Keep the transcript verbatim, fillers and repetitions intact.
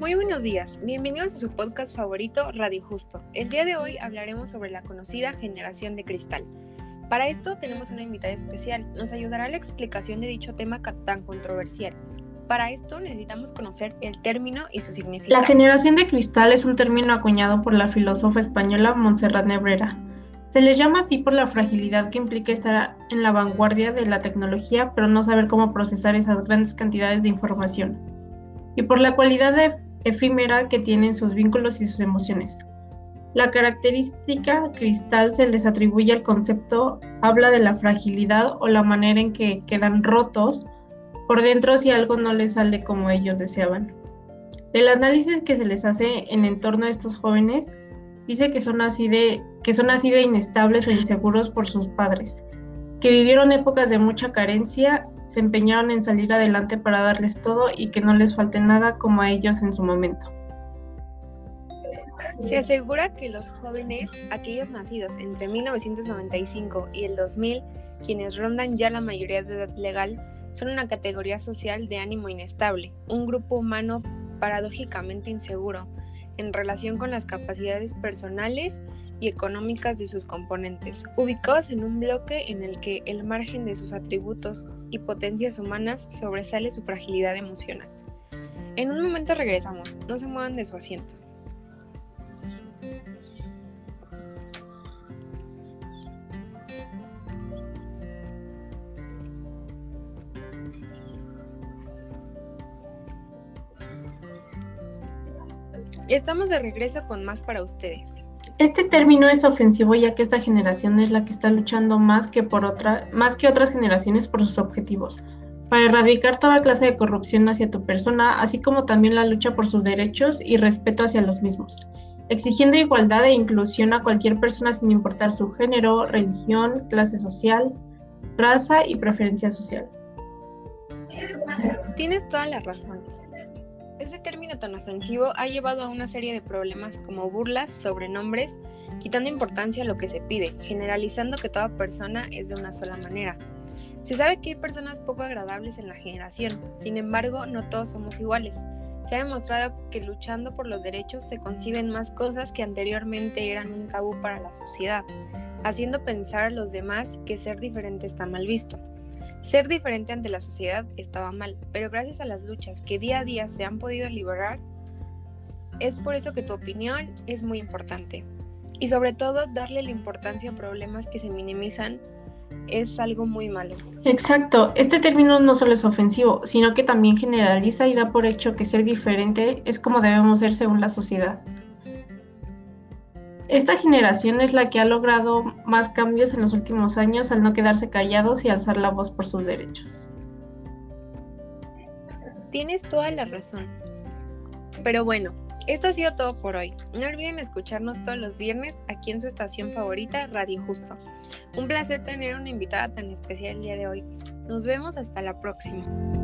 Muy buenos días, bienvenidos a su podcast favorito Radio Justo. El día de hoy hablaremos sobre la conocida generación de cristal. Para esto tenemos una invitada especial, nos ayudará a la explicación de dicho tema tan controversial. Para esto necesitamos conocer el término y su significado. La generación de cristal es un término acuñado por la filósofa española Montserrat Nebrera. Se les llama así por la fragilidad que implica estar en la vanguardia de la tecnología, pero no saber cómo procesar esas grandes cantidades de información, y por la cualidad de efímera que tienen sus vínculos y sus emociones. La característica cristal se les atribuye al concepto, habla de la fragilidad o la manera en que quedan rotos por dentro si algo no les sale como ellos deseaban. El análisis que se les hace en torno a estos jóvenes dice que son así de, que son así de inestables o inseguros por sus padres, que vivieron épocas de mucha carencia, se empeñaron en salir adelante para darles todo y que no les falte nada como a ellos en su momento. Se asegura que los jóvenes, aquellos nacidos entre mil novecientos noventa y cinco y el dos mil, quienes rondan ya la mayoría de edad legal, son una categoría social de ánimo inestable, un grupo humano paradójicamente inseguro en relación con las capacidades personales y económicas de sus componentes, ubicados en un bloque en el que el margen de sus atributos y potencias humanas sobresale su fragilidad emocional. En un momento regresamos, no se muevan de su asiento. Estamos de regreso con más para ustedes. Este término es ofensivo ya que esta generación es la que está luchando más que, por otra, más que otras generaciones por sus objetivos, para erradicar toda clase de corrupción hacia tu persona, así como también la lucha por sus derechos y respeto hacia los mismos, exigiendo igualdad e inclusión a cualquier persona sin importar su género, religión, clase social, raza y preferencia social. Tienes toda la razón. Este término tan ofensivo ha llevado a una serie de problemas como burlas, sobrenombres, quitando importancia a lo que se pide, generalizando que toda persona es de una sola manera. Se sabe que hay personas poco agradables en la generación, sin embargo, no todos somos iguales. Se ha demostrado que luchando por los derechos se consiguen más cosas que anteriormente eran un tabú para la sociedad, haciendo pensar a los demás que ser diferente está mal visto. Ser diferente ante la sociedad estaba mal, pero gracias a las luchas que día a día se han podido liberar, es por eso que tu opinión es muy importante. Y sobre todo, darle la importancia a problemas que se minimizan es algo muy malo. Exacto, este término no solo es ofensivo, sino que también generaliza y da por hecho que ser diferente es como debemos ser según la sociedad. Esta generación es la que ha logrado más cambios en los últimos años al no quedarse callados y alzar la voz por sus derechos. Tienes toda la razón. Pero bueno, esto ha sido todo por hoy. No olviden escucharnos todos los viernes aquí en su estación favorita, Radio Justo. Un placer tener una invitada tan especial el día de hoy. Nos vemos hasta la próxima.